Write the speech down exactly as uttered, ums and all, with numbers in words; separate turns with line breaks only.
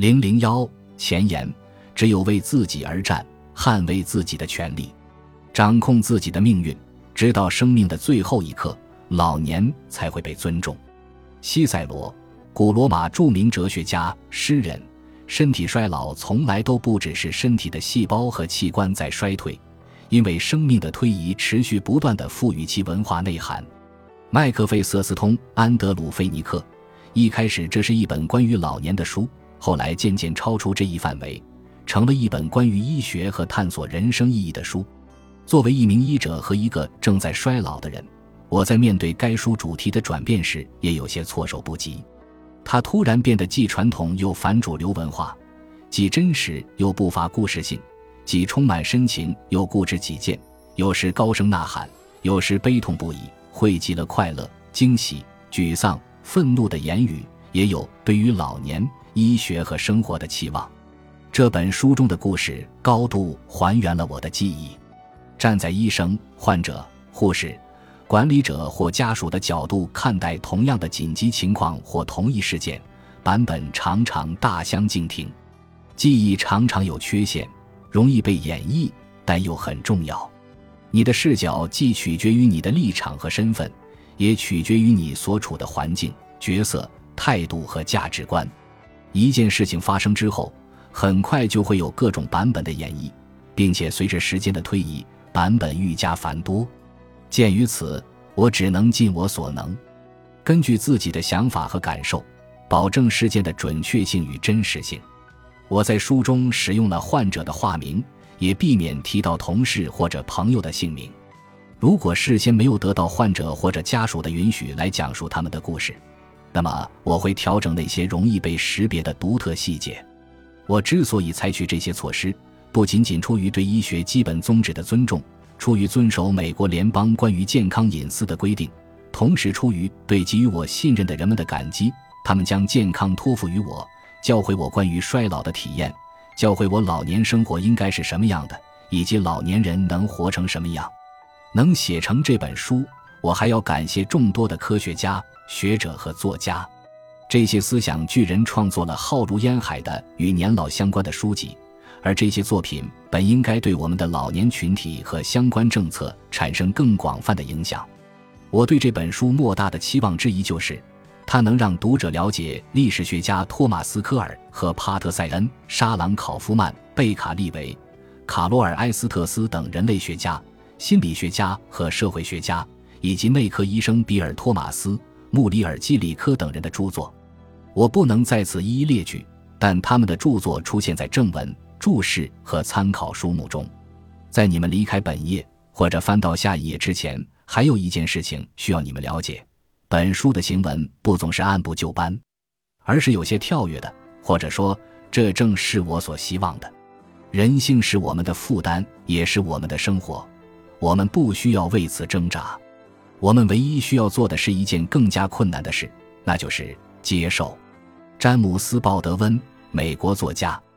零零一前言，只有为自己而战，捍卫自己的权利，掌控自己的命运，直到生命的最后一刻，老年才会被尊重。西塞罗，古罗马著名哲学家、诗人，身体衰老从来都不只是身体的细胞和器官在衰退，因为生命的推移持续不断地赋予其文化内涵。麦克费瑟斯通·安德鲁菲尼克，一开始这是一本关于老年的书，后来渐渐超出这一范围，成了一本关于医学和探索人生意义的书。作为一名医者和一个正在衰老的人，我在面对该书主题的转变时也有些措手不及。它突然变得既传统又反主流文化，既真实又不乏故事性，既充满深情又固执己见，有时高声呐喊，有时悲痛不已，汇集了快乐、惊喜、沮丧、愤怒的言语，也有对于老年、医学和生活的期望。这本书中的故事高度还原了我的记忆。站在医生、患者、护士、管理者或家属的角度看待同样的紧急情况或同一事件，版本常常大相径庭。记忆常常有缺陷，容易被演绎，但又很重要。你的视角既取决于你的立场和身份，也取决于你所处的环境、角色、态度和价值观。一件事情发生之后，很快就会有各种版本的演绎，并且随着时间的推移，版本愈加繁多。鉴于此，我只能尽我所能，根据自己的想法和感受，保证事件的准确性与真实性。我在书中使用了患者的化名，也避免提到同事或者朋友的姓名。如果事先没有得到患者或者家属的允许来讲述他们的故事，那么我会调整那些容易被识别的独特细节。我之所以采取这些措施，不仅仅出于对医学基本宗旨的尊重，出于遵守美国联邦关于健康隐私的规定，同时出于对给予我信任的人们的感激，他们将健康托付于我，教会我关于衰老的体验，教会我老年生活应该是什么样的，以及老年人能活成什么样。能写成这本书，我还要感谢众多的科学家、学者和作家。这些思想巨人创作了浩如烟海的与年老相关的书籍，而这些作品本应该对我们的老年群体和相关政策产生更广泛的影响。我对这本书莫大的期望之一就是，它能让读者了解历史学家托马斯·科尔和帕特塞恩、沙朗考夫曼、贝卡利维、卡罗尔·埃斯特斯等人类学家、心理学家和社会学家，以及内科医生比尔·托马斯、穆里尔·基里科等人的著作。我不能在此一一列举，但他们的著作出现在正文、注释和参考书目中。在你们离开本页或者翻到下一页之前，还有一件事情需要你们了解：本书的行文不总是按部就班，而是有些跳跃的，或者说，这正是我所希望的。人性是我们的负担，也是我们的生活，我们不需要为此挣扎。我们唯一需要做的是一件更加困难的事，那就是接受。詹姆斯·鲍德温，美国作家。